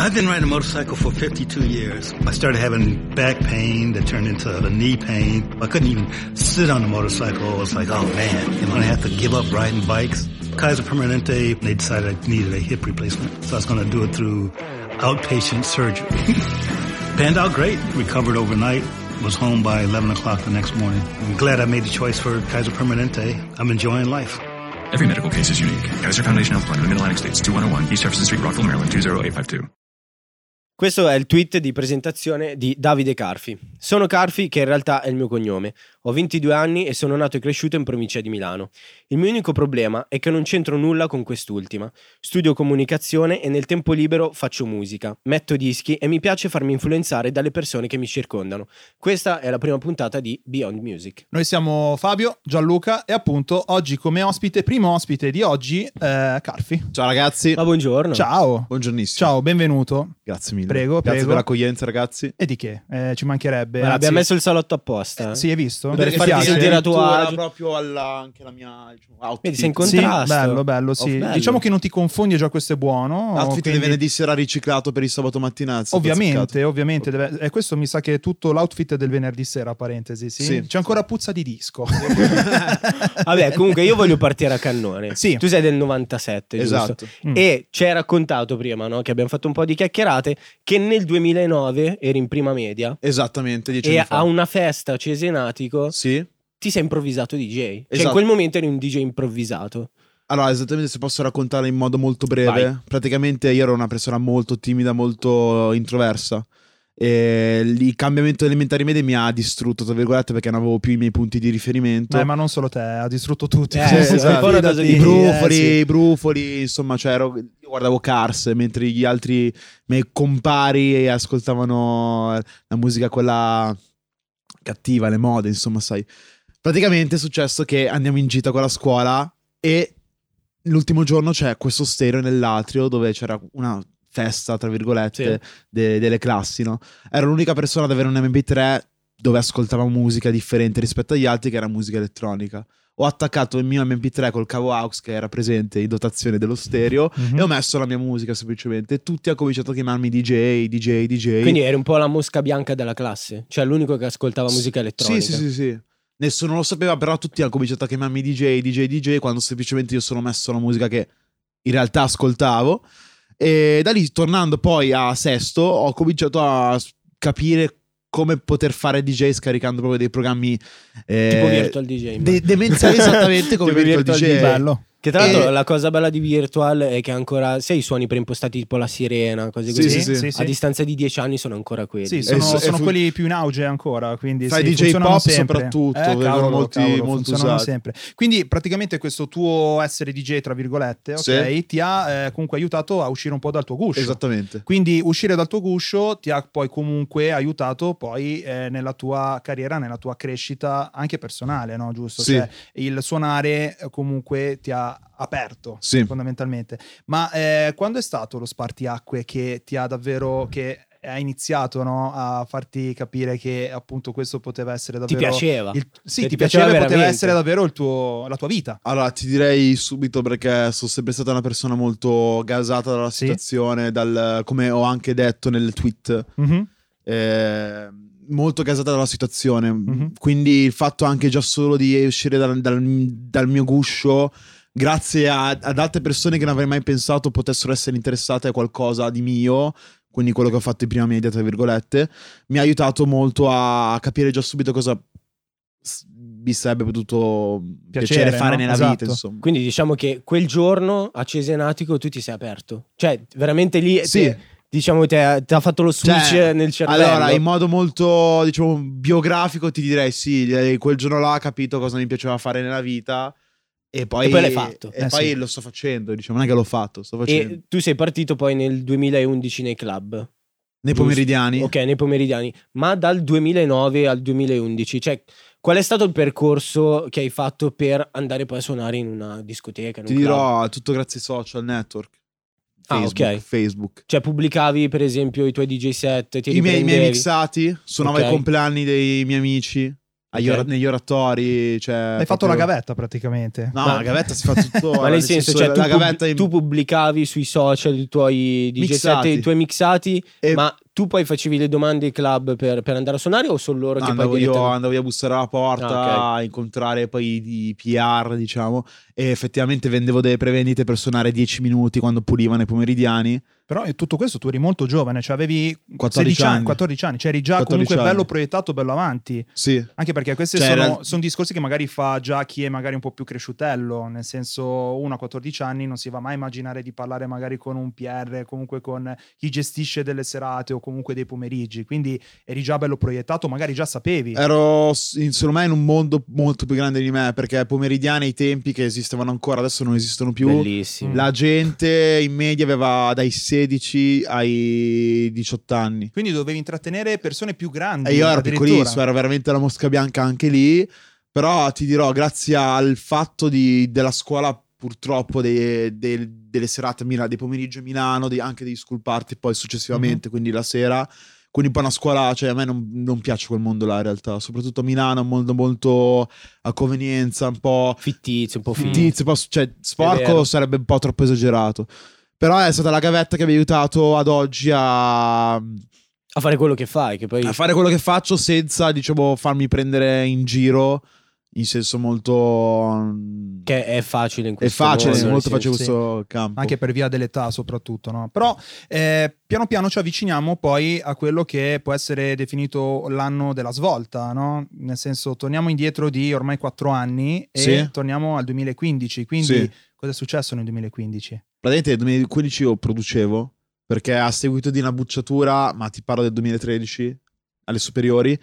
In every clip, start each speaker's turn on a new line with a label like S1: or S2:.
S1: I've been riding a motorcycle for 52 years. I started having back pain that turned into the knee pain. I couldn't even sit on the motorcycle. I was like, oh man, am I going to have to give up riding bikes? Kaiser Permanente, they decided I needed a hip replacement. So I was going to do it through outpatient surgery. Panned out great. Recovered overnight. Was home by 11 o'clock the next morning. I'm glad I made the choice for Kaiser Permanente. I'm enjoying life.
S2: Every medical case is unique. Kaiser Foundation Health Plan, Mid-Atlantic States, 2101 East Jefferson Street, Rockville, Maryland, 20852.
S3: Questo è il tweet di presentazione di Davide Carfi. Sono Carfi, che in realtà è il mio cognome. Ho 22 anni e sono nato e cresciuto in provincia di Milano. Il mio unico problema è che non c'entro nulla con quest'ultima. Studio comunicazione e nel tempo libero faccio musica, metto dischi e mi piace farmi influenzare dalle persone che mi circondano. Questa è la prima puntata di Beyond Music.
S4: Noi siamo Fabio, Gianluca e appunto oggi come ospite, primo ospite di oggi, Carfi.
S5: Ciao ragazzi.
S3: Ma buongiorno.
S4: Ciao.
S5: Buongiornissimo.
S4: Ciao, benvenuto.
S5: Grazie mille.
S4: Prego.
S5: Grazie per l'accoglienza ragazzi.
S4: E di che? Ci mancherebbe.
S3: Ma abbiamo messo il salotto apposta.
S4: Sì, hai visto?
S3: Per farti sentire a tuo agio.
S5: Proprio anche la mia outfit.
S3: Vedi, sei in contrasto.
S4: Sì, bello, sì.
S3: Bello.
S4: Diciamo che non ti confondi e già questo è buono.
S5: L'outfit
S4: quindi...
S5: di venerdì sera riciclato per il sabato mattina.
S4: Ovviamente. E questo mi sa che è tutto l'outfit del venerdì sera, parentesi, sì? C'è ancora puzza di disco.
S3: Vabbè, comunque io voglio partire a cannone.
S4: Sì.
S3: Tu sei del 97,
S5: esatto.
S3: Giusto? E ci hai raccontato prima, no? Che abbiamo fatto un po' di chiacchierate, che nel 2009 eri in prima media.
S5: Esattamente, 10
S3: e
S5: anni fa.
S3: a una festa a Cesenatico ti sei improvvisato DJ. Cioè
S5: esatto.
S3: in quel momento eri un DJ improvvisato.
S5: Allora, esattamente, se posso raccontarlo in modo molto breve.
S3: Vai.
S5: Praticamente io ero una persona molto timida, molto introversa. E il cambiamento elementari medie mi ha distrutto, tra virgolette, perché non avevo più i miei punti di riferimento.
S4: Ma non solo te, ha distrutto tutti.
S5: Esatto.
S3: I
S5: brufoli, insomma, cioè io guardavo Cars mentre gli altri miei compari ascoltavano la musica quella cattiva, le mode, insomma, sai. Praticamente è successo che andiamo in gita con la scuola e l'ultimo giorno c'è questo stereo nell'atrio dove c'era una festa, tra virgolette, delle classi, no? Ero l'unica persona ad avere un MP3 dove ascoltavo musica differente rispetto agli altri, che era musica elettronica. Ho attaccato il mio MP3 col cavo AUX che era presente in dotazione dello stereo e ho messo la mia musica semplicemente. E tutti hanno cominciato a chiamarmi DJ.
S3: Quindi eri un po' la mosca bianca della classe, cioè l'unico che ascoltava musica elettronica.
S5: Sì. Nessuno lo sapeva, però tutti hanno cominciato a chiamarmi DJ, quando semplicemente io sono messo la musica che in realtà ascoltavo. E da lì, tornando poi a sesto, ho cominciato a capire come poter fare DJ scaricando proprio dei programmi
S3: tipo Virtual DJ
S5: demenziali, esattamente come Virtual DJ.
S4: Bello.
S3: Che tra l'altro la cosa bella di Virtual è che ancora i suoni preimpostati tipo la sirena, cose così.
S5: Sì.
S3: A distanza di 10 anni sono ancora quelli.
S4: Sì, sono quelli più in auge ancora, quindi
S5: sai, DJ pop sempre. Soprattutto vengono molto usati
S4: sempre. Quindi praticamente questo tuo essere DJ, tra virgolette, ti ha comunque aiutato a uscire un po' dal tuo guscio.
S5: Esattamente.
S4: Quindi uscire dal tuo guscio ti ha poi comunque aiutato poi nella tua carriera, nella tua crescita anche personale, no? Giusto?
S5: Sì.
S4: Cioè il suonare comunque ti ha aperto fondamentalmente. Ma quando è stato lo spartiacque che ti ha davvero, che ha iniziato, no, a farti capire che appunto questo poteva essere davvero...
S3: Ti piaceva?
S4: Ti piaceva e poteva essere davvero la tua vita.
S5: Allora ti direi subito, perché sono sempre stata una persona molto gasata dalla situazione, come ho anche detto nel tweet, molto gasata dalla situazione, quindi il fatto anche già solo di uscire dal mio guscio, grazie ad altre persone che non avrei mai pensato potessero essere interessate a qualcosa di mio, quindi quello che ho fatto in prima media, tra virgolette, mi ha aiutato molto a capire già subito cosa mi sarebbe potuto piacere fare nella vita, insomma.
S3: Quindi diciamo che quel giorno a Cesenatico tu ti sei aperto, cioè veramente lì diciamo ti ha fatto lo switch nel cervello.
S5: Allora, in modo molto, diciamo, biografico ti direi quel giorno là ho capito cosa mi piaceva fare nella vita. E poi
S3: l'hai fatto.
S5: E poi lo sto facendo, diciamo, non è che l'ho fatto, sto facendo.
S3: E tu sei partito poi nel 2011 nei club.
S5: Nei pomeridiani?
S3: Ok, nei pomeridiani. Ma dal 2009 al 2011, cioè, qual è stato il percorso che hai fatto per andare poi a suonare in una discoteca?
S5: Ti dirò, tutto grazie ai social network. Facebook.
S3: Cioè pubblicavi per esempio i tuoi DJ set,
S5: i miei mixati, suonavo ai compleanni dei miei amici. negli oratori, cioè
S4: Hai fatto la gavetta praticamente.
S5: No, la gavetta si fa tutto.
S3: Ma nel senso, cioè,
S5: la gavetta
S3: tu pubblicavi sui social i tuoi DJ set, i tuoi mixati, ma tu poi facevi le domande ai club per andare a suonare, o solo loro che poi
S5: io andavo io a bussare alla porta, a incontrare poi i PR, diciamo, e effettivamente vendevo delle prevendite per suonare 10 minuti quando pulivano i pomeridiani.
S4: Però in tutto questo tu eri molto giovane, cioè avevi
S5: 14 anni,
S4: 14 anni, cioè eri già comunque bello proiettato, bello avanti.
S5: Sì.
S4: Anche perché questi sono discorsi che magari fa già chi è magari un po' più cresciutello, nel senso, uno a 14 anni non si va mai a immaginare di parlare magari con un PR, comunque con chi gestisce delle serate o comunque dei pomeriggi, quindi eri già bello proiettato, magari già sapevi.
S5: Ero secondo me in un mondo molto più grande di me, perché pomeridiani ai tempi che esistevano ancora, adesso non esistono più.
S3: Bellissimo.
S5: La gente in media aveva dai 16 ai 18 anni.
S4: Quindi dovevi intrattenere persone più grandi.
S5: E io ero piccolissimo, ero veramente la mosca bianca anche lì. Però ti dirò, grazie al fatto della scuola, purtroppo delle serate a Milano, dei pomeriggi a Milano, anche degli school party poi successivamente, quindi la sera. Quindi poi una scuola, cioè a me non piace quel mondo là in realtà, soprattutto a Milano è un mondo molto a convenienza, un po'
S3: fittizio,
S5: cioè sporco sarebbe un po' troppo esagerato. Però è stata la gavetta che mi ha aiutato ad oggi a
S3: fare quello che fai, a
S5: fare quello che faccio senza, diciamo, farmi prendere in giro, in senso molto,
S3: che è facile in questo
S5: mondo,
S3: è
S5: molto facile questo campo,
S4: anche per via dell'età soprattutto, no? Però piano piano ci avviciniamo poi a quello che può essere definito l'anno della svolta, no? Nel senso, torniamo indietro di ormai 4 anni e torniamo al 2015, quindi cosa è successo nel 2015?
S5: Praticamente nel 2015 io producevo, perché a seguito di una bucciatura, ma ti parlo del 2013, alle superiori,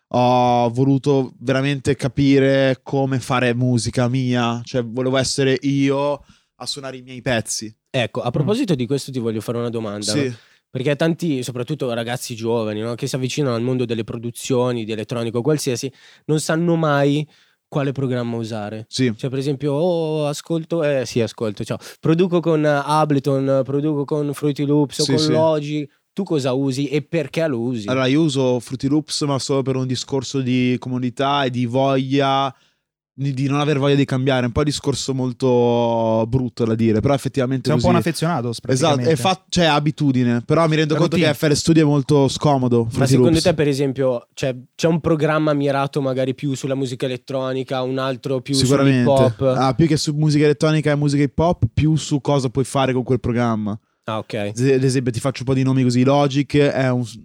S5: ho voluto veramente capire come fare musica mia, cioè volevo essere io a suonare i miei pezzi.
S3: Ecco, a proposito di questo ti voglio fare una domanda, no? Perché tanti, soprattutto ragazzi giovani, no, che si avvicinano al mondo delle produzioni, di elettronico, qualsiasi, non sanno mai quale programma usare. Cioè, per esempio, ascolto, ciao, produco con Ableton, produco con Fruity Loops o con Logic. Tu cosa usi e perché lo usi?
S5: Allora, io uso Fruity Loops, ma solo per un discorso di comodità e di voglia, di non aver voglia di cambiare. Un po' un discorso molto brutto da dire, però effettivamente
S4: sei un po' un affezionato praticamente.
S5: Esatto, cioè abitudine, però mi rendo conto che FL Studio è molto scomodo.
S3: Ma secondo te, per esempio, c'è un programma mirato magari più sulla musica elettronica, un altro più sull'hip hop?
S5: Più che su musica elettronica e musica hip hop, più su cosa puoi fare con quel programma.
S3: Ok.
S5: Ad esempio, ti faccio un po' di nomi così. Logic è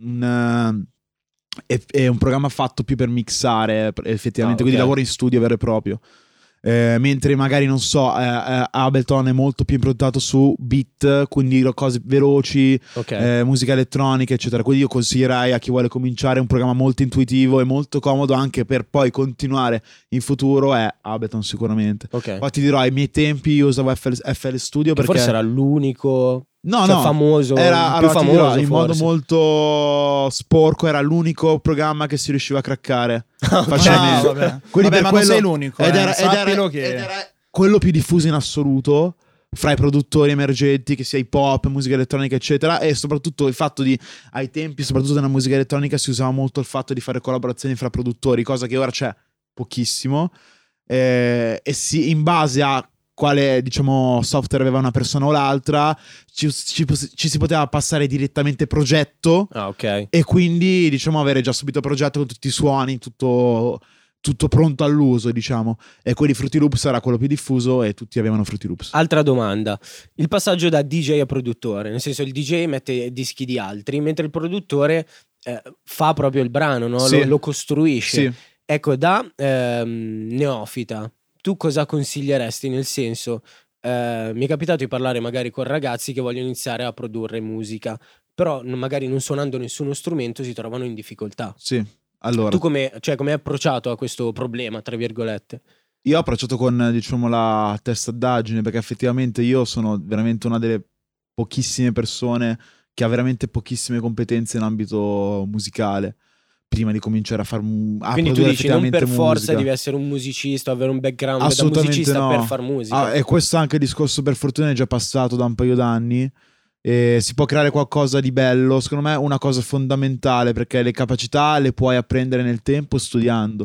S5: un programma fatto più per mixare effettivamente, quindi lavoro in studio vero e proprio. Mentre magari non so, Ableton è molto più improntato su beat, quindi cose veloci, musica elettronica eccetera. Quindi io consiglierei a chi vuole cominciare un programma molto intuitivo e molto comodo anche per poi continuare in futuro, è Ableton sicuramente. Poi ti dirò, ai miei tempi io usavo FL Studio, perché
S3: forse era l'unico famoso,
S5: più famoso,
S3: dirò,
S5: in modo molto sporco, era l'unico programma che si riusciva a craccare facilmente.
S4: Vabbè, ma non sei l'unico,
S5: ed era quello più diffuso in assoluto fra i produttori emergenti, che sia hip hop, musica elettronica eccetera. E soprattutto il fatto ai tempi, soprattutto nella musica elettronica, si usava molto il fatto di fare collaborazioni fra produttori, cosa che ora c'è pochissimo, e in base a quale, diciamo, software aveva una persona o l'altra, ci si poteva passare direttamente progetto, e quindi, diciamo, avere già subito progetto con tutti i suoni, tutto pronto all'uso, diciamo. E quindi Fruity Loops era quello più diffuso e tutti avevano Fruity Loops.
S3: Altra domanda: il passaggio da DJ a produttore, nel senso, il DJ mette dischi di altri mentre il produttore fa proprio il brano, no? Lo costruisce. Ecco, da neofita, tu cosa consiglieresti? Nel senso, mi è capitato di parlare magari con ragazzi che vogliono iniziare a produrre musica, però magari non suonando nessuno strumento si trovano in difficoltà.
S5: Allora,
S3: tu come hai approcciato a questo problema, tra virgolette?
S5: Io ho approcciato con, diciamo, la testardaggine, perché effettivamente io sono veramente una delle pochissime persone che ha veramente pochissime competenze in ambito musicale. Prima di cominciare a fare
S3: quindi tu dici non per forza devi essere un musicista, avere un background da musicista per far musica.
S5: E questo anche il discorso, per fortuna, è già passato da un paio d'anni, e si può creare qualcosa di bello. Secondo me è una cosa fondamentale, perché le capacità le puoi apprendere nel tempo studiando,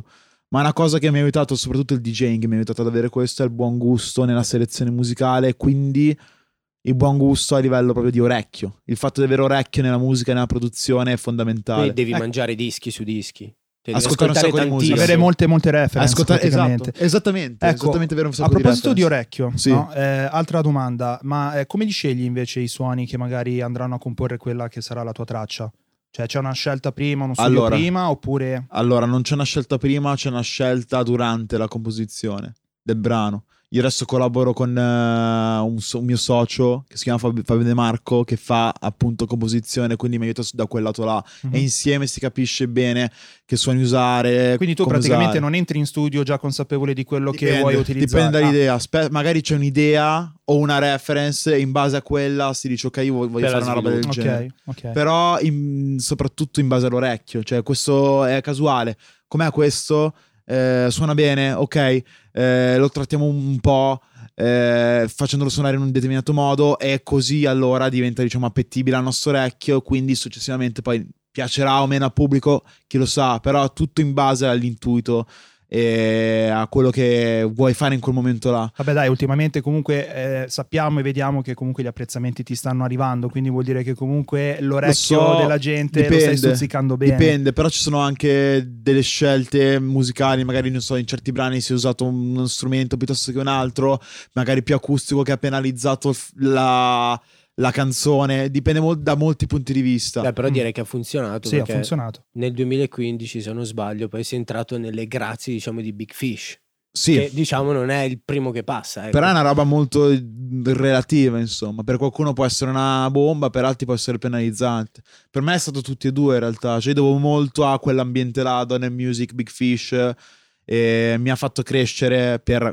S5: Ma una cosa che mi ha aiutato, soprattutto il DJing, mi ha aiutato ad avere questo, è il buon gusto nella selezione musicale, quindi il buon gusto a livello proprio di orecchio. Il fatto di avere orecchio nella musica e nella produzione è fondamentale.
S3: Poi devi mangiare dischi su dischi. Devi
S5: ascoltare un sacco di musica.
S4: Avere molte reference.
S5: Esattamente,
S4: ecco,
S5: esattamente avere un sacco
S4: a proposito di
S5: reference.
S4: orecchio,
S5: Sì.
S4: no? Altra domanda, ma come li scegli invece i suoni che magari andranno a comporre quella che sarà la tua traccia? Cioè c'è una scelta prima, uno studio prima, oppure...
S5: Allora, non c'è una scelta prima, c'è una scelta durante la composizione del brano. Io adesso collaboro con un mio socio che si chiama Fabio De Marco, che fa appunto composizione, quindi mi aiuta da quel lato là. E insieme si capisce bene che suoni usare.
S4: Quindi tu praticamente non entri in studio già consapevole di quello che vuoi utilizzare.
S5: Dipende dall'idea. Magari c'è un'idea o una reference e in base a quella si dice ok, io voglio fare una roba del genere.
S4: Okay.
S5: Però soprattutto in base all'orecchio. Cioè questo è casuale. Com'è questo? Suona bene, ok, lo trattiamo un po', facendolo suonare in un determinato modo, e così allora diventa, diciamo, appetibile al nostro orecchio, quindi successivamente poi piacerà o meno al pubblico, chi lo sa, però tutto in base all'intuito e a quello che vuoi fare in quel momento là.
S4: Vabbè dai, ultimamente comunque sappiamo e vediamo che comunque gli apprezzamenti ti stanno arrivando, quindi vuol dire che comunque l'orecchio della gente lo stai stuzzicando bene.
S5: Dipende, però ci sono anche delle scelte musicali, magari non so, in certi brani si è usato uno strumento piuttosto che un altro, magari più acustico, che ha penalizzato la canzone, dipende da molti punti di vista.
S3: Però direi che ha funzionato.
S4: Sì, ha funzionato.
S3: Nel 2015, se non sbaglio, poi si è entrato nelle grazie, diciamo, di Big Fish.
S5: Sì.
S3: Che, diciamo, non è il primo che passa. Ecco.
S5: Però è una roba molto relativa, insomma. Per qualcuno può essere una bomba, per altri può essere penalizzante. Per me è stato tutti e due, in realtà. Cioè, devo molto a quell'ambiente là, Donner Music, Big Fish, e mi ha fatto crescere per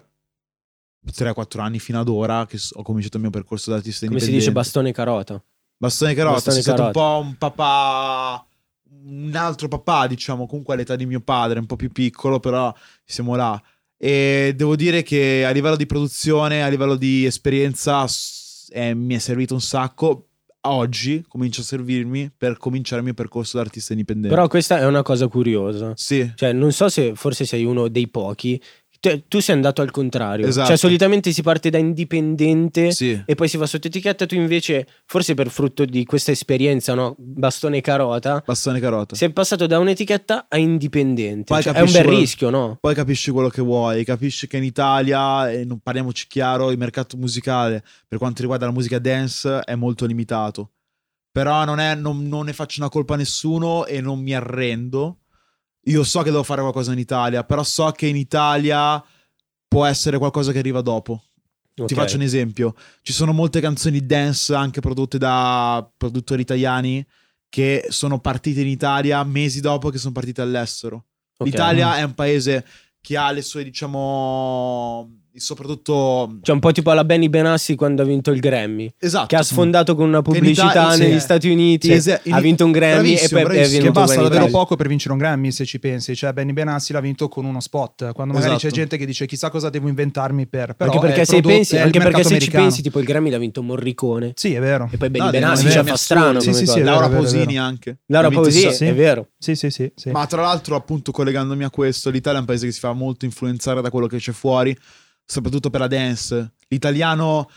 S5: 3-4 anni fino ad ora che ho cominciato il mio percorso da artista indipendente.
S3: Come si dice bastone carota?
S5: Bastone carota, sei stato un po' un papà, un altro papà, diciamo, comunque all'età di mio padre, un po' più piccolo, però siamo là. E devo dire che a livello di produzione, a livello di esperienza, mi è servito un sacco. Oggi comincio a servirmi per cominciare il mio percorso da artista indipendente.
S3: Però questa è una cosa curiosa.
S5: Sì.
S3: Cioè, non so se forse sei uno dei pochi. Tu sei andato al contrario.
S5: Esatto.
S3: Cioè, solitamente si parte da indipendente,
S5: sì,
S3: e poi si va sotto etichetta. Tu invece, forse per frutto di questa esperienza, no? Bastone carota, sei passato da un'etichetta a indipendente.
S5: Poi
S3: cioè, è un bel rischio, no?
S5: Poi capisci quello che vuoi, capisci che in Italia, e non parliamoci chiaro, il mercato musicale per quanto riguarda la musica dance è molto limitato. Però non ne faccio una colpa a nessuno e non mi arrendo. Io so che devo fare qualcosa in Italia, però so che in Italia può essere qualcosa che arriva dopo. Okay. Ti faccio un esempio. Ci sono molte canzoni dance anche prodotte da produttori italiani che sono partite in Italia mesi dopo che sono partite all'estero. Okay. L'Italia è un paese che ha le sue, diciamo, soprattutto...
S3: Cioè un po' tipo alla Benny Benassi quando ha vinto il Grammy.
S5: Esatto.
S3: Che ha sfondato con una pubblicità negli Stati Uniti, ha vinto un Grammy e poi è venuto.
S4: Che basta davvero poco per vincere un Grammy, se ci pensi. Cioè Benny Benassi l'ha vinto con uno spot, quando magari c'è gente che dice chissà cosa devo inventarmi per... Però
S3: anche perché se pensi, anche perché se ci pensi, tipo il Grammy l'ha vinto Morricone.
S4: Sì, è vero.
S3: E poi Benny Benassi ci fa strano.
S5: Sì, Laura Pausini anche.
S3: Laura Pausini, è vero.
S4: Sì.
S5: Ma tra l'altro, appunto, collegandomi a questo, l'Italia è un paese che si fa molto influenzare da quello che c'è fuori, soprattutto per la dance. L'italiano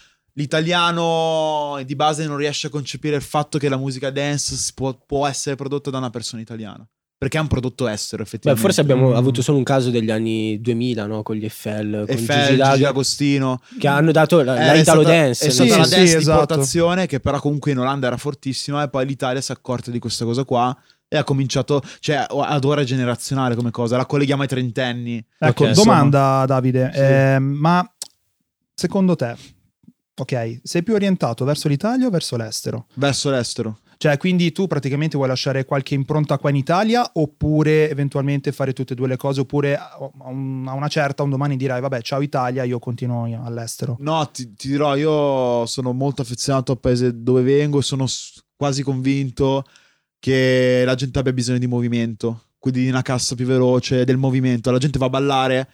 S5: di base non riesce a concepire il fatto che la musica dance può essere prodotta da una persona italiana, perché è un prodotto estero, effettivamente.
S3: Forse abbiamo avuto solo un caso degli anni 2000, no? Con gli Eiffel, con
S5: Gigi D'Agostino,
S3: che hanno dato la Italo Dance.
S5: È stata la dance di importazione, che però comunque in Olanda era fortissima, e poi l'Italia si è accorta di questa cosa qua e ha cominciato, cioè ad ora è generazionale come cosa, la colleghiamo ai trentenni.
S4: Ecco, domanda Davide, sì. Ma secondo te, ok, sei più orientato verso l'Italia o verso l'estero?
S5: Verso l'estero.
S4: Cioè, quindi tu praticamente vuoi lasciare qualche impronta qua in Italia, oppure eventualmente fare tutte e due le cose, oppure a una certa un domani dirai vabbè, ciao Italia, io continuo all'estero?
S5: No, ti dirò, io sono molto affezionato al paese dove vengo, sono quasi convinto che la gente abbia bisogno di movimento, quindi di una cassa più veloce, del movimento. La gente va a ballare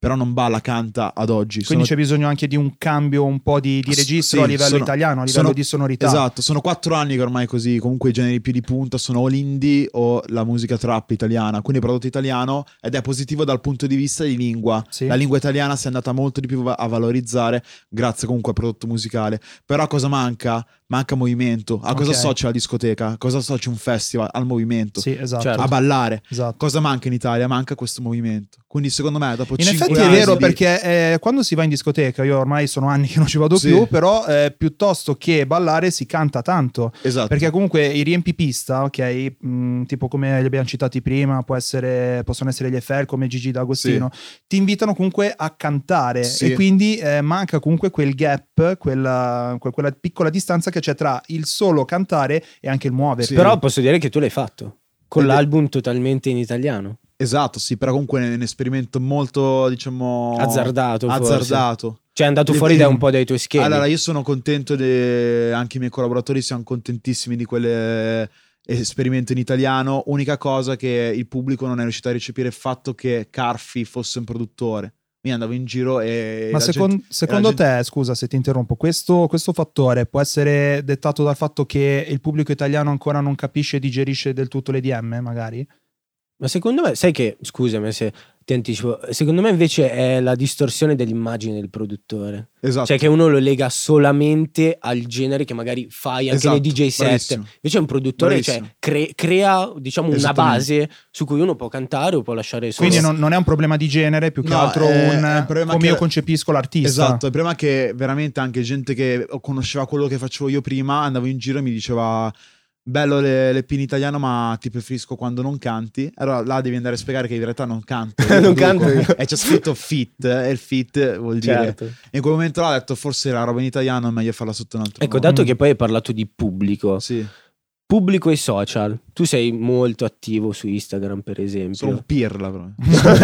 S5: però non balla, canta ad oggi.
S4: Quindi c'è bisogno anche di un cambio un po' di registro a livello italiano, a livello di sonorità.
S5: Esatto, sono 4 anni che ormai così, comunque i generi più di punta sono o l'indie o la musica trap italiana, quindi prodotto italiano, ed è positivo dal punto di vista di lingua.
S4: Sì.
S5: La lingua italiana si è andata molto di più a valorizzare grazie comunque al prodotto musicale. Però cosa manca? Manca movimento. A cosa associa la discoteca? A cosa associa un festival? Al movimento.
S4: Sì, esatto.
S3: Certo.
S5: A ballare.
S4: Esatto.
S5: Cosa manca in Italia? Manca questo movimento. Quindi secondo me dopo 5
S4: in
S5: anni
S4: effetti è vero, perché quando si va in discoteca, io ormai sono anni che non ci vado più, però piuttosto che ballare si canta tanto.
S5: Esatto.
S4: Perché comunque i riempipista, ok, tipo come li abbiamo citati prima, possono essere gli Eiffel come Gigi D'Agostino, ti invitano comunque a cantare, e quindi manca comunque quel gap, quella piccola distanza che c'è tra il solo cantare e anche il muoversi.
S3: Però posso dire che tu l'hai fatto con l'album totalmente in italiano.
S5: Esatto, sì, però comunque è un esperimento molto, diciamo,
S3: azzardato. Cioè è andato fuori da un po' dai tuoi schemi.
S5: Allora, io sono contento, anche i miei collaboratori siamo contentissimi di quell'esperimento in italiano. Unica cosa che il pubblico non è riuscito a recepire il fatto che Carfi fosse un produttore. Mi andavo in giro e...
S4: Ma secondo te, scusa se ti interrompo, questo fattore può essere dettato dal fatto che il pubblico italiano ancora non capisce e digerisce del tutto l'EDM, magari?
S3: Ma secondo me, sai che, scusami se ti anticipo, secondo me invece è la distorsione dell'immagine del produttore.
S5: Esatto.
S3: Cioè che uno lo lega solamente al genere che magari fai anche nei DJ set.
S5: Bravissimo.
S3: Invece è un produttore, cioè, crea diciamo una base su cui uno può cantare o può lasciare solo.
S4: Quindi non è un problema di genere, più che altro un come io concepisco l'artista.
S5: Esatto, il problema è che veramente anche gente che conosceva quello che facevo io prima andavo in giro e mi diceva: bello l'EP in italiano, ma ti preferisco quando non canti. Allora là devi andare a spiegare che in realtà non canto.
S3: Non canto io.
S5: E c'è scritto fit, e il fit vuol dire... E in quel momento là ho detto forse la roba in italiano è meglio farla sotto un altro
S3: Ecco,
S5: modo.
S3: dato che poi hai parlato di pubblico.
S5: Sì.
S3: Pubblico e social. Tu sei molto attivo su Instagram, per esempio.
S5: Sono un pirla, proprio.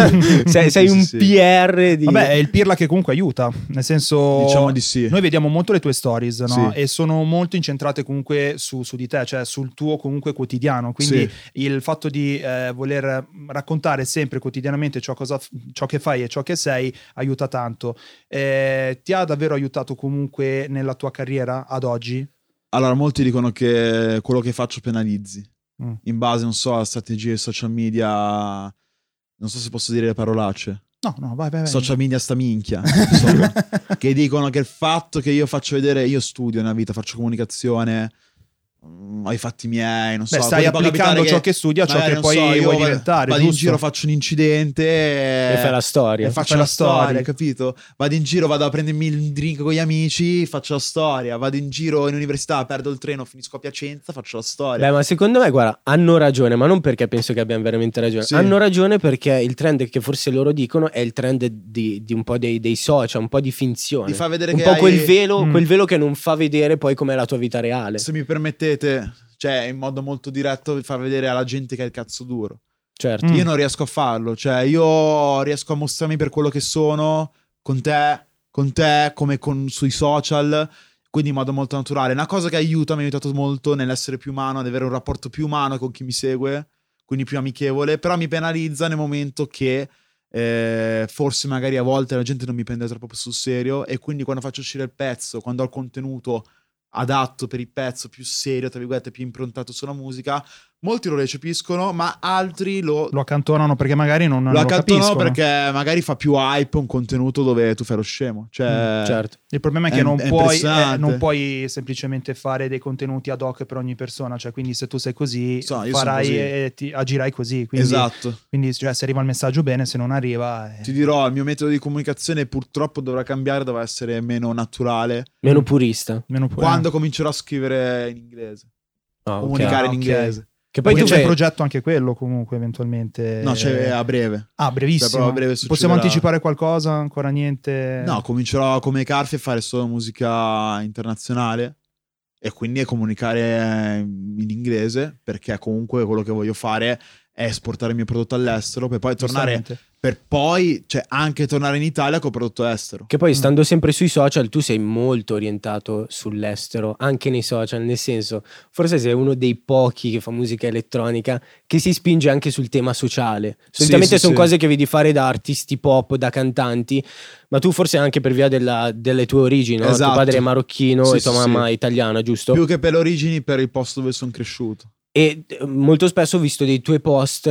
S3: sei un PR di...
S4: Vabbè, è il pirla che comunque aiuta. Nel senso,
S5: diciamo di sì.
S4: Noi vediamo molto le tue stories, no?
S5: Sì.
S4: E sono molto incentrate comunque su di te, cioè sul tuo comunque quotidiano. Quindi il fatto di voler raccontare sempre quotidianamente ciò che fai e ciò che sei aiuta tanto. Ti ha davvero aiutato comunque nella tua carriera ad oggi?
S5: Allora, molti dicono che quello che faccio penalizzi. In base, non so, a strategie social media. Non so se posso dire le parolacce.
S4: No, vai.
S5: Social media sta minchia. Insomma, che dicono che il fatto che io faccio vedere, io studio nella vita, faccio comunicazione, ho i fatti miei, non so.
S4: Stai applicando ciò che studi a ciò che poi vuoi diventare.
S5: Vado in giro, faccio un incidente
S3: e fai la storia.
S5: E faccio la storia, capito? Vado in giro, vado a prendermi il drink con gli amici, faccio la storia. Vado in giro in università, perdo il treno, finisco a Piacenza, faccio la storia.
S3: Beh, ma secondo me, guarda, hanno ragione, ma non perché penso che abbiano veramente ragione.
S5: Sì.
S3: Hanno ragione perché il trend che forse loro dicono è il trend di un po' dei social, un po' di finzione.
S5: Ti fa vedere
S3: un
S5: che
S3: po'
S5: hai...
S3: quel velo che non fa vedere poi com'è la tua vita reale.
S5: Se mi permettete, cioè in modo molto diretto, far vedere alla gente che è il cazzo duro.
S3: Certo.
S5: Io non riesco a farlo, cioè io riesco a mostrarmi per quello che sono con te come sui social, quindi in modo molto naturale. Una cosa che mi ha aiutato molto nell'essere più umano, ad avere un rapporto più umano con chi mi segue, quindi più amichevole, però mi penalizza nel momento che forse magari a volte la gente non mi prende troppo sul serio, e quindi quando faccio uscire il pezzo, quando ho il contenuto adatto per il pezzo più serio, tra virgolette, più improntato sulla musica, molti lo recepiscono, ma altri lo
S4: accantonano perché magari non lo
S5: accantonano
S4: capiscono,
S5: perché magari fa più hype un contenuto dove tu fai lo scemo, cioè
S3: certo.
S4: Il problema è che non puoi semplicemente fare dei contenuti ad hoc per ogni persona, cioè quindi se tu sei così farai così. E agirai così, quindi,
S5: esatto.
S4: Quindi cioè, se arriva il messaggio bene, se non arriva
S5: ti dirò, il mio metodo di comunicazione purtroppo dovrà cambiare, dovrà essere meno naturale,
S3: meno purista,
S5: quando comincerò a scrivere in inglese, comunicare in inglese.
S4: Che poi c'è il progetto anche quello comunque eventualmente.
S5: No, c'è a breve.
S4: Ah, brevissimo.
S5: Cioè, a breve
S4: possiamo anticipare qualcosa? Ancora niente?
S5: No, comincerò come Carfi a fare solo musica internazionale e quindi a comunicare in inglese, perché comunque quello che voglio fare è esportare il mio prodotto all'estero per poi tornare,
S4: Giustamente.
S5: per poi anche tornare in Italia col prodotto estero.
S3: Che poi stando sempre sui social tu sei molto orientato sull'estero, anche nei social, nel senso forse sei uno dei pochi che fa musica elettronica che si spinge anche sul tema sociale. Solitamente
S5: sì,
S3: sono
S5: sì.
S3: cose che vedi fare da artisti pop, da cantanti, ma tu forse anche per via delle tue origini, no?
S5: Esatto.
S3: Tuo padre è marocchino
S5: Sì,
S3: e tua
S5: sì,
S3: mamma
S5: sì.
S3: è italiana, giusto?
S5: Più che per le origini, per il posto dove sono cresciuto.
S3: E molto spesso ho visto dei tuoi post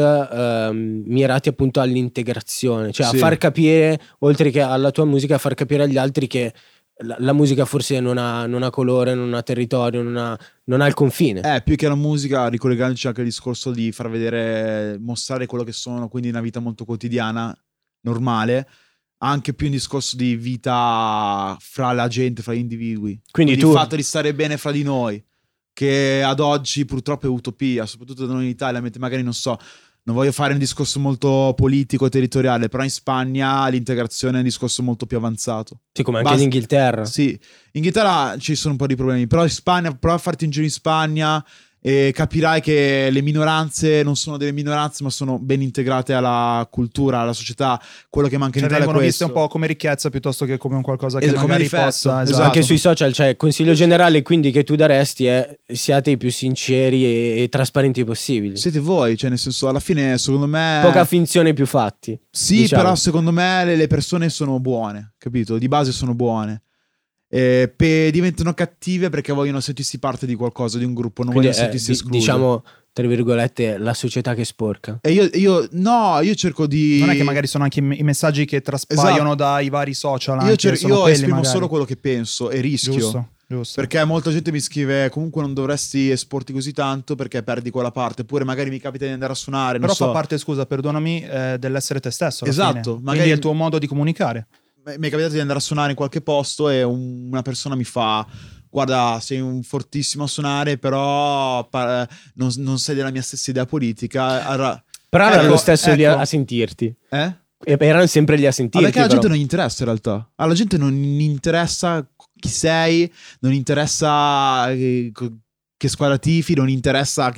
S3: mirati appunto all'integrazione, cioè
S5: Sì.
S3: a far capire, oltre che alla tua musica, a far capire agli altri che la musica forse non ha colore, non ha territorio, non ha il confine.
S5: Più che la musica, ricollegandoci anche al discorso di far vedere, mostrare quello che sono, quindi una vita molto quotidiana, normale, anche più un discorso di vita fra la gente, fra gli individui.
S3: Quindi
S5: il
S3: tu-
S5: fatto di stare bene fra di noi, che ad oggi purtroppo è utopia, soprattutto da noi in Italia, mentre magari non voglio fare un discorso molto politico e territoriale, però in Spagna l'integrazione è un discorso molto più avanzato.
S3: Sì, come anche in Inghilterra.
S5: Sì, in Inghilterra ci sono un po' di problemi, però in Spagna, prova a farti un giro in Spagna e capirai che le minoranze non sono delle minoranze, ma sono ben integrate alla cultura, alla società. Quello che manca in
S4: Cioè,
S5: Italia è
S4: vengono
S5: questo.
S4: viste un po' come ricchezza piuttosto che come un qualcosa che
S5: Come
S4: magari
S5: difetto,
S4: possa...
S5: esatto.
S3: Anche sui social, cioè consiglio generale quindi che tu daresti è siate i più sinceri e trasparenti possibili.
S5: Siete voi, cioè nel senso, alla fine secondo me
S3: Poca finzione, più fatti.
S5: sì,
S3: diciamo.
S5: però secondo me le persone sono buone, capito? Di base sono buone. Diventano cattive perché vogliono sentirsi parte di qualcosa, di un gruppo, non
S3: Quindi
S5: vogliono sentirsi esclusi.
S3: diciamo tra virgolette la società che sporca.
S5: E io cerco di...
S4: Non è che magari sono anche i messaggi che traspaiono dai vari social.
S5: Io,
S4: Anche, sono
S5: io
S4: quelli
S5: esprimo
S4: magari.
S5: solo quello che penso e rischio.
S4: Giusto.
S5: Perché molta gente mi scrive comunque non dovresti esporti così tanto perché perdi quella parte. Oppure magari mi capita di andare a suonare.
S4: Però
S5: non so.
S4: fa parte, scusa, perdonami, dell'essere te stesso. alla
S5: Esatto,
S4: fine.
S5: magari-
S4: Quindi è il tuo modo di comunicare.
S5: Mi è capitato di andare a suonare in qualche posto e una persona mi fa: guarda, sei un fortissimo a suonare, però non sei della mia stessa idea politica.
S3: Però erano
S5: Ecco,
S3: lo stesso lì
S5: ecco.
S3: a sentirti.
S5: Eh?
S3: E erano sempre lì a
S5: Ah,
S3: sentirti.
S5: perché alla
S3: però.
S5: gente non gli interessa in realtà. Alla gente non interessa chi sei, non interessa che squadra tifi, non interessa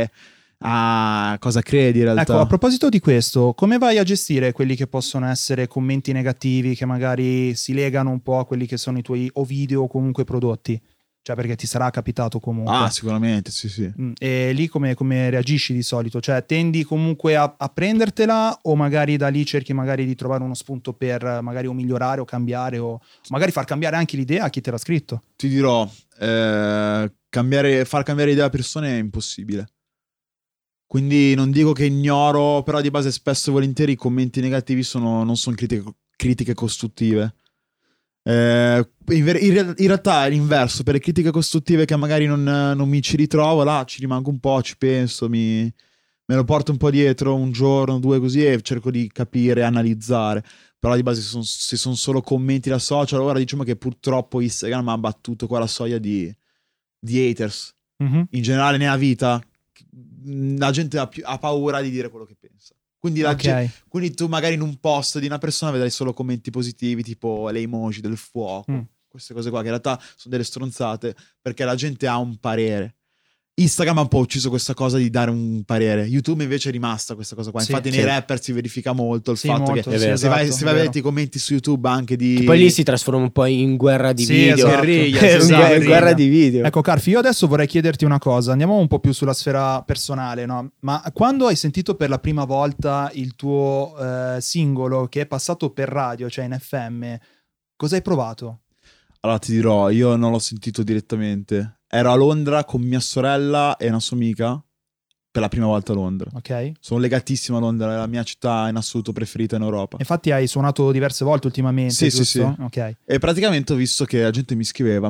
S5: cosa credi in realtà.
S4: Ecco, a proposito di questo, come vai a gestire quelli che possono essere commenti negativi che magari si legano un po' a quelli che sono i tuoi o video o comunque prodotti? Cioè, perché ti sarà capitato comunque.
S5: Ah, sicuramente, sì.
S4: E lì come reagisci di solito? Cioè, tendi comunque a prendertela o magari da lì cerchi magari di trovare uno spunto per magari o migliorare o cambiare o magari far cambiare anche l'idea a chi te l'ha scritto?
S5: Ti dirò, far cambiare idea a persone è impossibile. Quindi non dico che ignoro, però di base spesso e volentieri i commenti negativi non sono critiche costruttive. In realtà è l'inverso. Per le critiche costruttive che magari non mi ci ritrovo, là ci rimango un po', ci penso, me lo porto un po' dietro un giorno, due così e cerco di capire, analizzare. Però di base se sono solo commenti da social, ora diciamo che purtroppo Instagram ha battuto qua la soglia di haters.
S4: Mhm.
S5: In generale nella vita la gente ha paura di dire quello che pensa. Quindi, quindi tu magari in un post di una persona vedrai solo commenti positivi, tipo le emoji del fuoco, queste cose qua che in realtà sono delle stronzate perché la gente ha un parere. Instagram ha un po' ucciso questa cosa di dare un parere. YouTube invece è rimasta questa cosa qua.
S4: Sì,
S5: Infatti nei rapper si verifica molto il
S4: Sì,
S5: fatto
S4: molto,
S5: che
S4: sì,
S5: se
S4: esatto,
S5: vai a
S4: vero.
S5: vedere i commenti su YouTube anche di...
S3: Che poi lì si trasforma un po' in guerra di
S4: Sì,
S3: video.
S4: esatto.
S3: In guerra di video.
S4: Ecco Carfi, io adesso vorrei chiederti una cosa, andiamo un po' più sulla sfera personale, no? Ma quando hai sentito per la prima volta il tuo singolo che è passato per radio, cioè in FM, cosa hai provato?
S5: Allora ti dirò, io non l'ho sentito direttamente. Ero a Londra con mia sorella e una sua amica per la prima volta a Londra.
S4: Ok.
S5: Sono legatissimo a Londra, è la mia città in assoluto preferita in Europa.
S4: Infatti hai suonato diverse volte ultimamente,
S5: Sì,
S4: giusto?
S5: sì.
S4: Ok.
S5: E praticamente ho visto che la gente mi scriveva,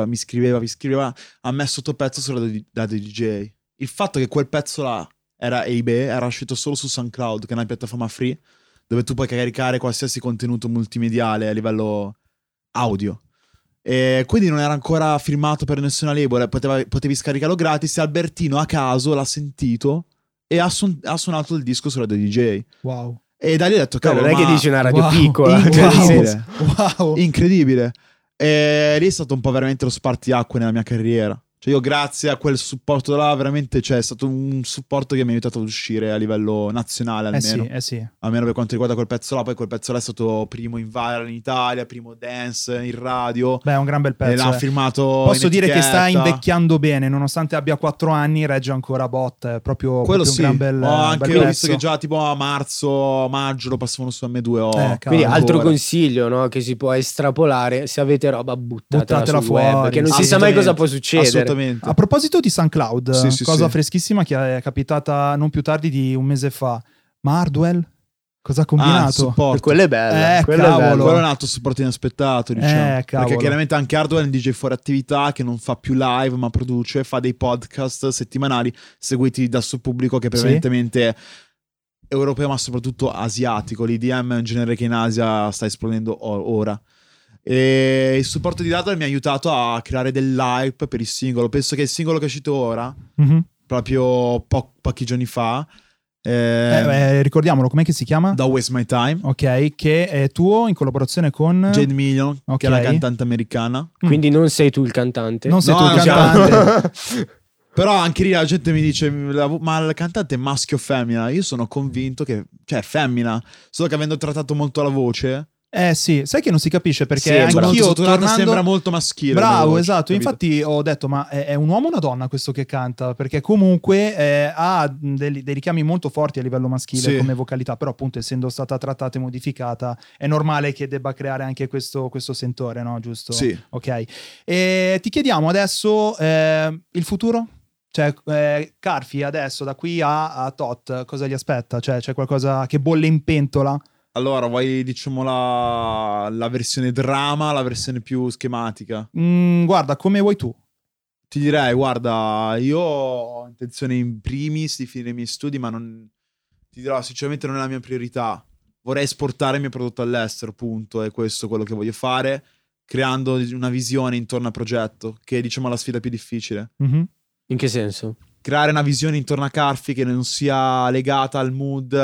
S5: a me sotto pezzo su Radio DJ. Il fatto che quel pezzo là era uscito solo su SoundCloud, che è una piattaforma free, dove tu puoi caricare qualsiasi contenuto multimediale a livello audio. E quindi non era ancora firmato per nessuna label, potevi scaricarlo gratis. E Albertino a caso l'ha sentito e ha suonato il disco su Radio DJ.
S4: Wow.
S5: E da lì ho detto,
S3: Cavolo,
S5: cavolo,
S3: non è che dici una radio piccola.
S5: incredibile.
S4: Wow.
S5: Incredibile. E lì è stato un po' veramente lo spartiacque nella mia carriera. Cioè io grazie a quel supporto là veramente è stato un supporto che mi ha aiutato ad uscire a livello nazionale almeno.
S4: Sì.
S5: Almeno per quanto riguarda quel pezzo là. Poi quel pezzo là è stato primo in viral in Italia, primo dance in radio.
S4: Beh, è un gran bel pezzo.
S5: E l'ha firmato.
S4: Posso dire che sta invecchiando bene, nonostante abbia 4 anni, regge ancora bot. È proprio
S5: quello
S4: un gran bel,
S5: anche
S4: bel
S5: ho
S4: pezzo.
S5: visto che già tipo a marzo, maggio lo passavano su M2O.
S3: Quindi altro consiglio, no, che si può estrapolare: se avete roba buttatela sul
S4: fuori,
S3: web, che non si sa mai cosa può succedere.
S5: Assolutamente.
S4: A proposito di SoundCloud,
S5: sì,
S4: cosa freschissima che è capitata non più tardi di un mese fa. Ma Hardwell cosa ha combinato?
S3: Quello è bello.
S4: Quello è bello.
S5: Quello è un altro supporto inaspettato, diciamo.
S4: Cavolo.
S5: Perché chiaramente anche Hardwell è un DJ fuori attività che non fa più live ma produce, fa dei podcast settimanali seguiti dal suo pubblico che prevalentemente europeo ma soprattutto asiatico. L'EDM è un genere che in Asia sta esplodendo ora. E il supporto di Hardwell mi ha aiutato a creare dell'hype per il singolo. Penso che il singolo che è uscito ora, proprio pochi giorni fa,
S4: ricordiamolo, com'è che si chiama?
S5: Da Waste My Time,
S4: ok, che è tuo in collaborazione con
S5: Jade Million, che è la cantante americana.
S3: Quindi non sei tu il cantante?
S4: Non sei tu il cantante.
S5: Però anche lì la gente mi dice: ma il cantante è maschio o femmina? Io sono convinto che è femmina, solo che avendo trattato molto la voce.
S4: Sì, sai che non si capisce perché
S5: sì,
S4: anch'io
S5: tornando sembra molto maschile.
S4: Bravo, esatto. Capito? Infatti ho detto: ma è un uomo o una donna questo che canta? Perché comunque ha dei richiami molto forti a livello maschile come vocalità, però appunto essendo stata trattata e modificata è normale che debba creare anche questo sentore, no? Giusto?
S5: Sì.
S4: Ok. E ti chiediamo adesso il futuro? Cioè, Carfi adesso da qui a tot cosa gli aspetta? Cioè, c'è qualcosa che bolle in pentola?
S5: Allora, vuoi diciamo la versione drama, la versione più schematica?
S4: Guarda, come vuoi tu.
S5: Ti direi, guarda, io ho intenzione in primis di finire i miei studi, ma non ti dirò, sinceramente non è la mia priorità. Vorrei esportare il mio prodotto all'estero, punto, è questo quello che voglio fare, creando una visione intorno al progetto, che è diciamo la sfida più difficile.
S3: In che senso?
S5: Creare una visione intorno a Carfi che non sia legata al mood,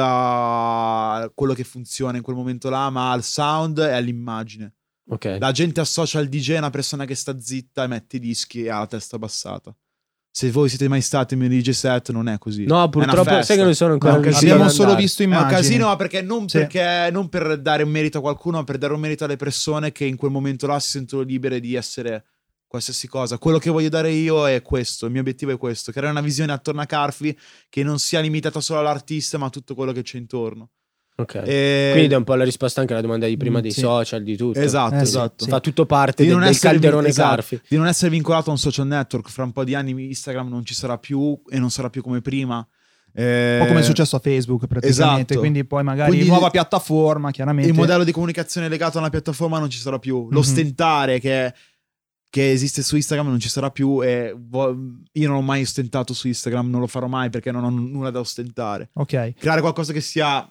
S5: a quello che funziona in quel momento là, ma al sound e all'immagine.
S3: Okay.
S5: La gente associa il DJ a una persona che sta zitta e mette i dischi e ha la testa abbassata. Se voi siete mai stati in un DJ set non è così.
S3: No, purtroppo sai che non sono ancora
S4: abbiamo solo visto immagini.
S5: È un casino, perché non per dare un merito a qualcuno, ma per dare un merito alle persone che in quel momento là si sentono libere di essere qualsiasi cosa. Quello che voglio dare io è questo, il mio obiettivo è questo, creare una visione attorno a Carfi che non sia limitata solo all'artista ma a tutto quello che c'è intorno.
S3: Ok. Quindi è un po' la risposta anche alla domanda di prima dei social, di tutto.
S5: Esatto.
S3: Fa tutto parte del calderone Carfi.
S5: Di non essere vincolato a un social network. Fra un po' di anni Instagram non ci sarà più e non sarà più come prima.
S4: Un po' come è successo a Facebook praticamente. Quindi poi magari nuova piattaforma, chiaramente.
S5: Il modello di comunicazione legato a una piattaforma non ci sarà più. L'ostentare che esiste su Instagram non ci sarà più, e io non ho mai ostentato su Instagram, non lo farò mai perché non ho nulla da ostentare.
S4: Ok.
S5: Creare qualcosa che sia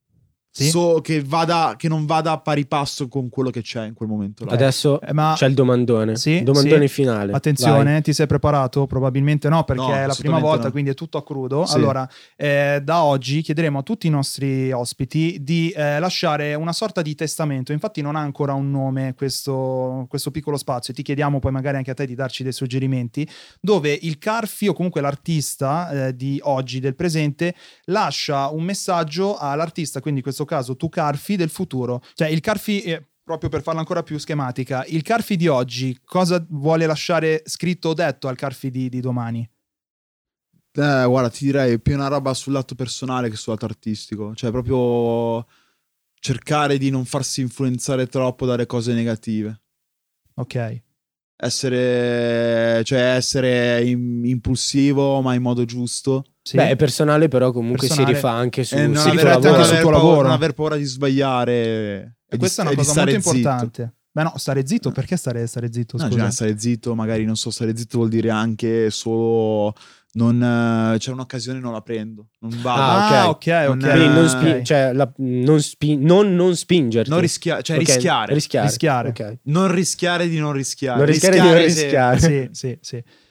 S5: che non vada a pari passo con quello che c'è in quel momento là.
S3: Adesso c'è il domandone. Domandone finale.
S4: Attenzione,
S3: vai.
S4: Ti sei preparato? Probabilmente no, perché è la prima volta, quindi è tutto a crudo. Allora, da oggi chiederemo a tutti i nostri ospiti di lasciare una sorta di testamento. Infatti non ha ancora un nome questo piccolo spazio. Ti chiediamo poi magari anche a te di darci dei suggerimenti, dove il Carfi o comunque l'artista di oggi, del presente, lascia un messaggio all'artista, quindi in questo caso tu Carfi del futuro. Cioè il Carfi, proprio per farla ancora più schematica, il Carfi di oggi cosa vuole lasciare scritto o detto al Carfi di domani?
S5: Guarda, ti direi più una roba sul lato personale che sul lato artistico. Cioè proprio cercare di non farsi influenzare troppo dalle cose negative.
S4: Ok.
S5: Essere impulsivo ma in modo giusto.
S3: Sì. Beh, è personale, però comunque si rifà anche sul
S5: tuo lavoro. Non aver paura di sbagliare.
S4: E questa è una cosa molto importante. Beh no, stare zitto, perché stare zitto? Scusa.
S5: No, stare zitto, magari non so, stare zitto vuol dire anche solo c'è un'occasione, non la prendo, non vado.
S4: Ok.
S3: Non spingerti.
S5: Non rischiare.
S3: Rischiare.
S5: Okay. Non rischiare di non rischiare.
S3: Non rischiare di non rischiare.
S4: Sì.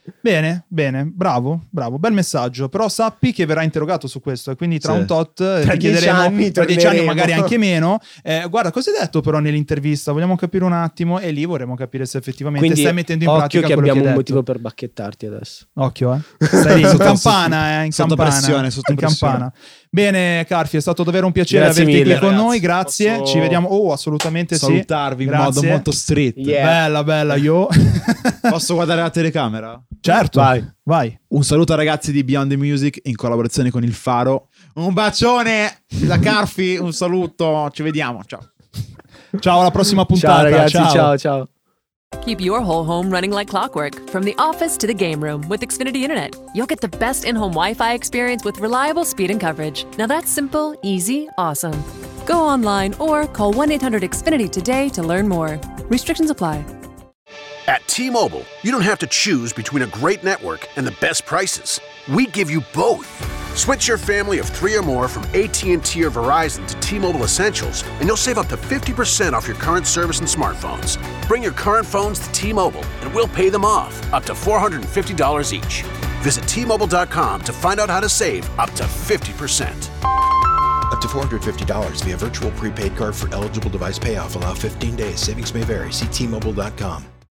S4: Bene, bravo, bel messaggio. Però sappi che verrà interrogato su questo e quindi tra un tot ti chiederemo, tra 10 anni magari anche meno. Guarda, cosa hai detto però nell'intervista? Vogliamo capire un attimo e lì vorremmo capire se effettivamente
S3: quindi,
S4: stai mettendo in pratica
S3: quello
S4: che
S3: abbiamo
S4: hai
S3: un
S4: detto.
S3: motivo per bacchettarti adesso.
S4: Occhio, stai lì in campana, in
S5: sotto
S4: campana,
S5: pressione, sotto
S4: in
S5: pressione.
S4: Campana. Bene, Carfi, è stato davvero un piacere
S3: Grazie
S4: averti
S3: mille,
S4: qui con
S3: ragazzi.
S4: noi. Grazie,
S5: Posso
S4: ci vediamo. Assolutamente
S5: salutarvi
S4: sì.
S5: in modo
S4: Grazie.
S5: molto street.
S3: Yeah.
S4: Bella, io.
S5: Posso guardare la telecamera?
S4: Certo, vai.
S5: Un saluto ai ragazzi di Beyond the Music in collaborazione con Il Faro. Un bacione da Carfi, un saluto, ci vediamo, ciao.
S4: Ciao, alla prossima puntata.
S3: Ciao ragazzi, ciao.
S6: Keep your whole home running like clockwork, from the office to the game room with Xfinity Internet. You'll get the best in-home Wi-Fi experience with reliable speed and coverage. Now that's simple, easy, awesome. Go online or call 1-800-XFINITY today to learn more. Restrictions apply.
S7: At T-Mobile, you don't have to choose between a great network and the best prices. We give you both. Switch your family of 3 or more from AT&T or Verizon to T-Mobile Essentials, and you'll save up to 50% off your current service and smartphones. Bring your current phones to T-Mobile, and we'll pay them off, up to $450 each. Visit T-Mobile.com to find out how to save up to 50%.
S8: Up to $450 via virtual prepaid card for eligible device payoff. Allow 15 days. Savings may vary. See T-Mobile.com.